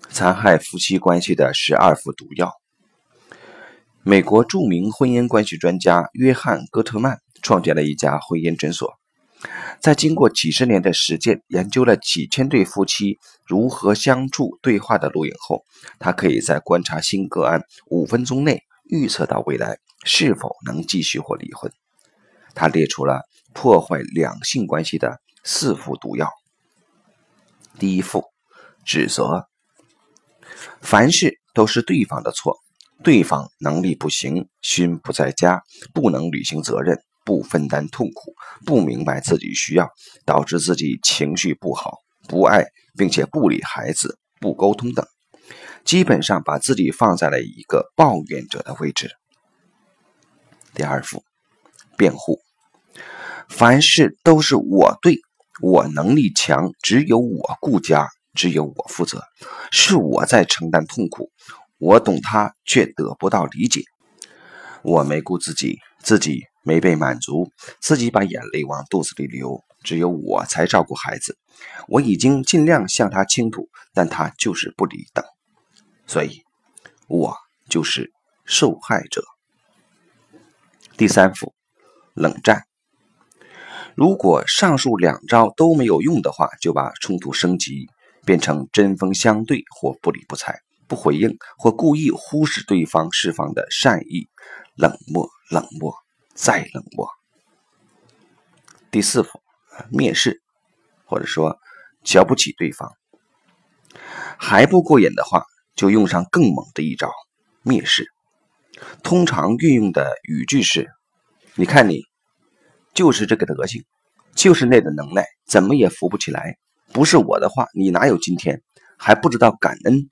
残害夫妻关系的12副毒药。美国著名婚姻关系专家约翰·戈特曼创建了一家婚姻诊所，在经过几十年的实践，研究了几千对夫妻如何相处对话的录影后，他可以在观察新个案5分钟内预测到未来是否能继续或离婚。他列出了破坏两性关系的4副毒药。第一副，指责。凡事都是对方的错，对方能力不行，心不在家，不能履行责任，不分担痛苦，不明白自己需要，导致自己情绪不好，不爱，并且不理孩子，不沟通等，基本上把自己放在了一个抱怨者的位置。第二副，辩护。凡事都是我对，我能力强，只有我顾家，只有我负责，是我在承担痛苦，我懂他却得不到理解，我没顾自己，自己没被满足，自己把眼泪往肚子里流，只有我才照顾孩子，我已经尽量向他倾吐，但他就是不理等，所以我就是受害者。第三副，冷战。如果上述2招都没有用的话，就把冲突升级，变成针锋相对或不理不睬，不回应或故意忽视对方释放的善意，冷漠，冷漠，再冷漠。第4副，蔑视，或者说瞧不起对方。还不过瘾的话，就用上更猛的一招，蔑视。通常运用的语句是：你看你就是这个德行，就是那个能耐，怎么也扶不起来，不是我的话，你哪有今天，还不知道感恩。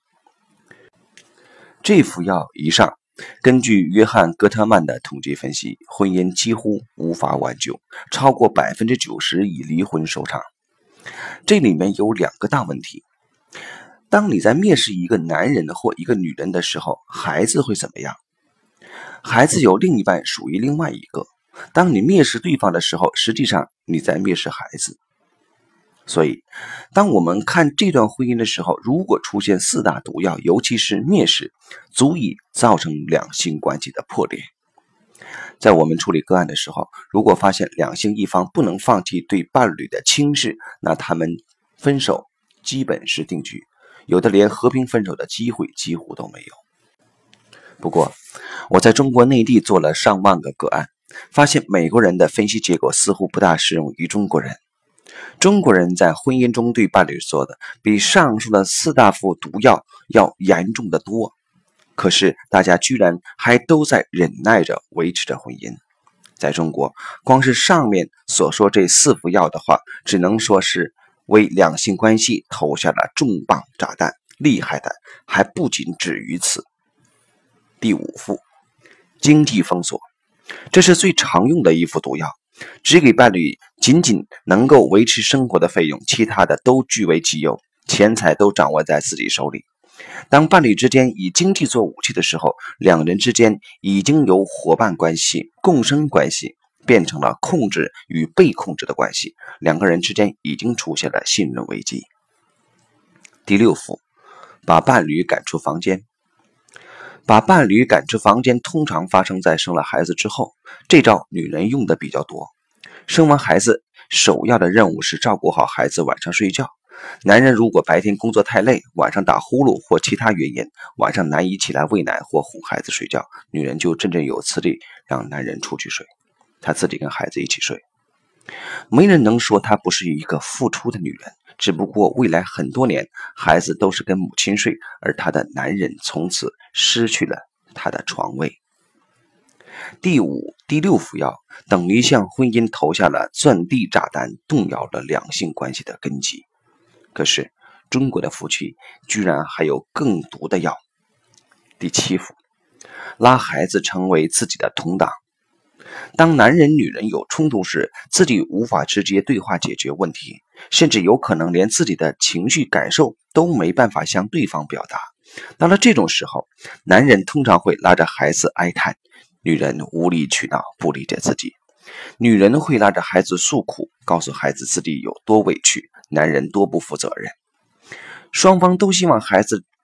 这副药一上，根据约翰·戈特曼的统计分析，婚姻几乎无法挽救，超过90%以离婚收场。这里面有2个大问题。当你在蔑视一个男人或一个女人的时候，孩子会怎么样？孩子有另一半属于另外一个。当你蔑视对方的时候，实际上你在蔑视孩子。所以当我们看这段婚姻的时候，如果出现4大毒药，尤其是蔑视，足以造成两性关系的破裂。在我们处理个案的时候，如果发现两性一方不能放弃对伴侣的轻视，那他们分手基本是定局，有的连和平分手的机会几乎都没有。不过我在中国内地做了上万个个案，发现美国人的分析结果似乎不大适用于中国人。中国人在婚姻中对伴侣做的比上述的4大副毒药要严重的多，可是大家居然还都在忍耐着维持着婚姻。在中国，光是上面所说这4副药的话，只能说是为两性关系投下了重磅炸弹，厉害的还不仅止于此。第5副，经济封锁。这是最常用的一副毒药，只给伴侣仅仅能够维持生活的费用，其他的都据为己有，钱财都掌握在自己手里。当伴侣之间以经济做武器的时候，两人之间已经由伙伴关系、共生关系变成了控制与被控制的关系，两个人之间已经出现了信任危机。第6副，把伴侣赶出房间。把伴侣赶出房间通常发生在生了孩子之后，这招女人用的比较多。生完孩子，首要的任务是照顾好孩子晚上睡觉。男人如果白天工作太累，晚上打呼噜或其他原因，晚上难以起来喂奶或哄孩子睡觉，女人就振振有词地让男人出去睡，她自己跟孩子一起睡。没人能说她不是一个付出的女人，只不过未来很多年，孩子都是跟母亲睡，而她的男人从此失去了她的床位。第5、第6副药等于向婚姻投下了钻地炸弹，动摇了两性关系的根基。可是中国的夫妻居然还有更毒的药。第7副，拉孩子成为自己的同党。当男人女人有冲突时，自己无法直接对话解决问题，甚至有可能连自己的情绪感受都没办法向对方表达。到了这种时候，男人通常会拉着孩子哀叹，女人无理取闹，不理解自己。女人会拉着孩子诉苦，告诉孩子自己有多委屈，男人多不负责任。双方都希望孩子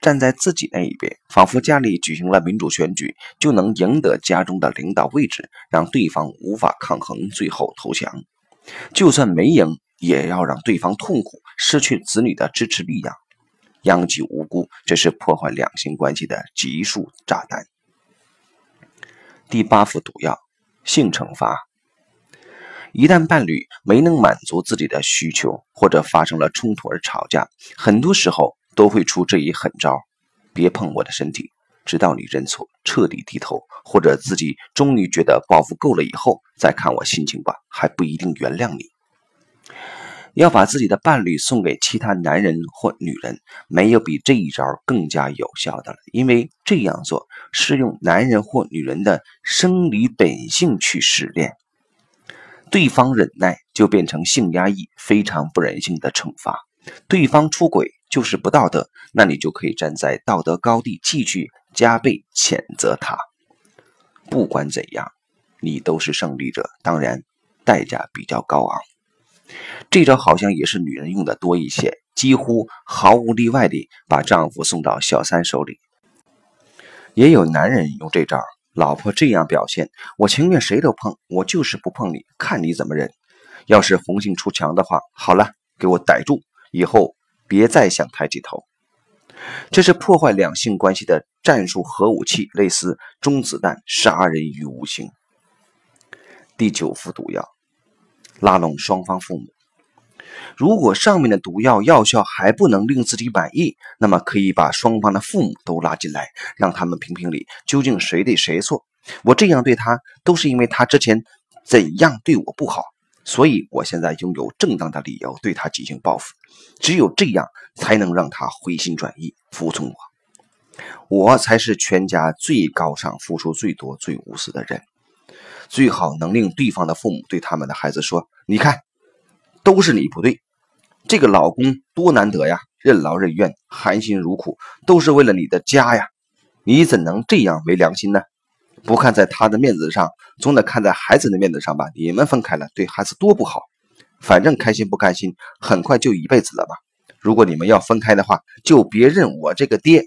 站在自己那一边，仿佛家里举行了民主选举，就能赢得家中的领导位置，让对方无法抗衡，最后投降。就算没赢，也要让对方痛苦，失去子女的支持力量，殃及无辜，这是破坏两性关系的级数炸弹。第8副毒药，性惩罚。一旦伴侣没能满足自己的需求，或者发生了冲突而吵架，很多时候都会出这一狠招：别碰我的身体，直到你认错，彻底低头，或者自己终于觉得报复够了以后，再看我心情吧，还不一定原谅你。要把自己的伴侣送给其他男人或女人，没有比这一招更加有效的了，因为这样做是用男人或女人的生理本性去试炼。对方忍耐就变成性压抑，非常不人性的惩罚。对方出轨就是不道德，那你就可以站在道德高地继续加倍谴责他。不管怎样，你都是胜利者，当然代价比较高昂。这招好像也是女人用的多一些，几乎毫无例外地把丈夫送到小三手里。也有男人用这招，老婆这样表现，我情愿谁都碰，我就是不碰你，看你怎么忍。要是红杏出墙的话，好了，给我逮住，以后别再想抬起头。这是破坏两性关系的战术核武器，类似中子弹，杀人于无形。第9副毒药，拉拢双方父母。如果上面的毒药药效还不能令自己满意，那么可以把双方的父母都拉进来，让他们评评理，究竟谁对谁错。我这样对他，都是因为他之前怎样对我不好，所以我现在拥有正当的理由对他进行报复。只有这样才能让他回心转意，服从我。我才是全家最高尚、付出最多、最无私的人。最好能令对方的父母对他们的孩子说：你看，都是你不对，这个老公多难得呀，任劳任怨，含辛茹苦，都是为了你的家呀，你怎能这样没良心呢？不看在他的面子上，总得看在孩子的面子上吧。你们分开了，对孩子多不好，反正开心不开心，很快就一辈子了吧。如果你们要分开的话，就别认我这个爹。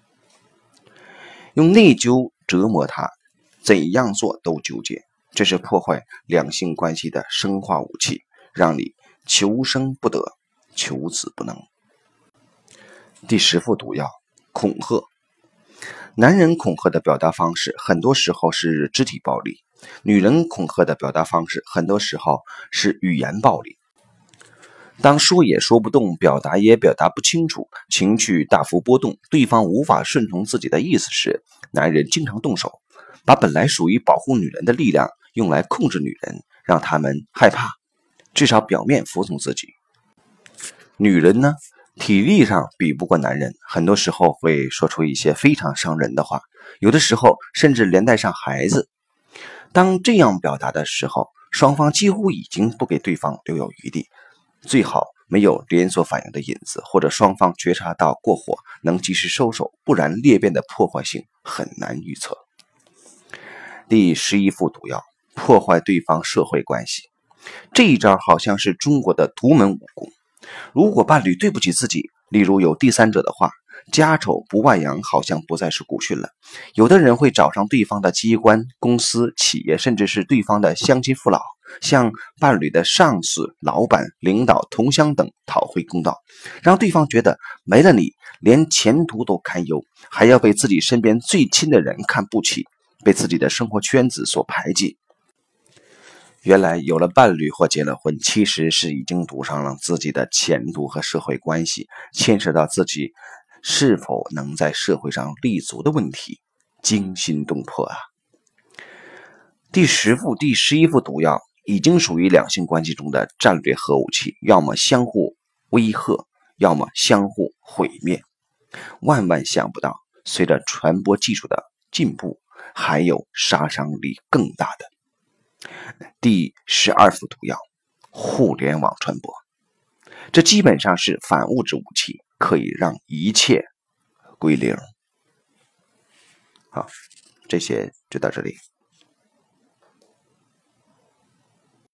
用内疚折磨他，怎样做都纠结，这是破坏两性关系的生化武器，让你求生不得，求子不能。第10副毒药，恐吓。男人恐吓的表达方式很多时候是肢体暴力，女人恐吓的表达方式很多时候是语言暴力。当说也说不动，表达也表达不清楚，情绪大幅波动，对方无法顺从自己的意思时，男人经常动手，把本来属于保护女人的力量用来控制女人，让她们害怕，至少表面服从自己。女人呢，体力上比不过男人，很多时候会说出一些非常伤人的话，有的时候甚至连带上孩子。当这样表达的时候，双方几乎已经不给对方留有余地，最好没有连锁反应的引子，或者双方觉察到过火，能及时收手，不然裂变的破坏性很难预测。第11副毒药，破坏对方社会关系。这一招好像是中国的独门武功。如果伴侣对不起自己，例如有第三者的话，家丑不外扬好像不再是古训了。有的人会找上对方的机关、公司、企业，甚至是对方的乡亲父老，向伴侣的上司、老板、领导、同乡等讨回公道，让对方觉得没了你连前途都堪忧，还要被自己身边最亲的人看不起，被自己的生活圈子所排挤。原来有了伴侣或结了婚，其实是已经赌上了自己的前途和社会关系，牵扯到自己是否能在社会上立足的问题，惊心动魄啊！第11副毒药已经属于两性关系中的战略核武器，要么相互威吓，要么相互毁灭。万万想不到，随着传播技术的进步，还有杀伤力更大的。第12副毒药，互联网传播。这基本上是反物质武器，可以让一切归零。好，这些就到这里。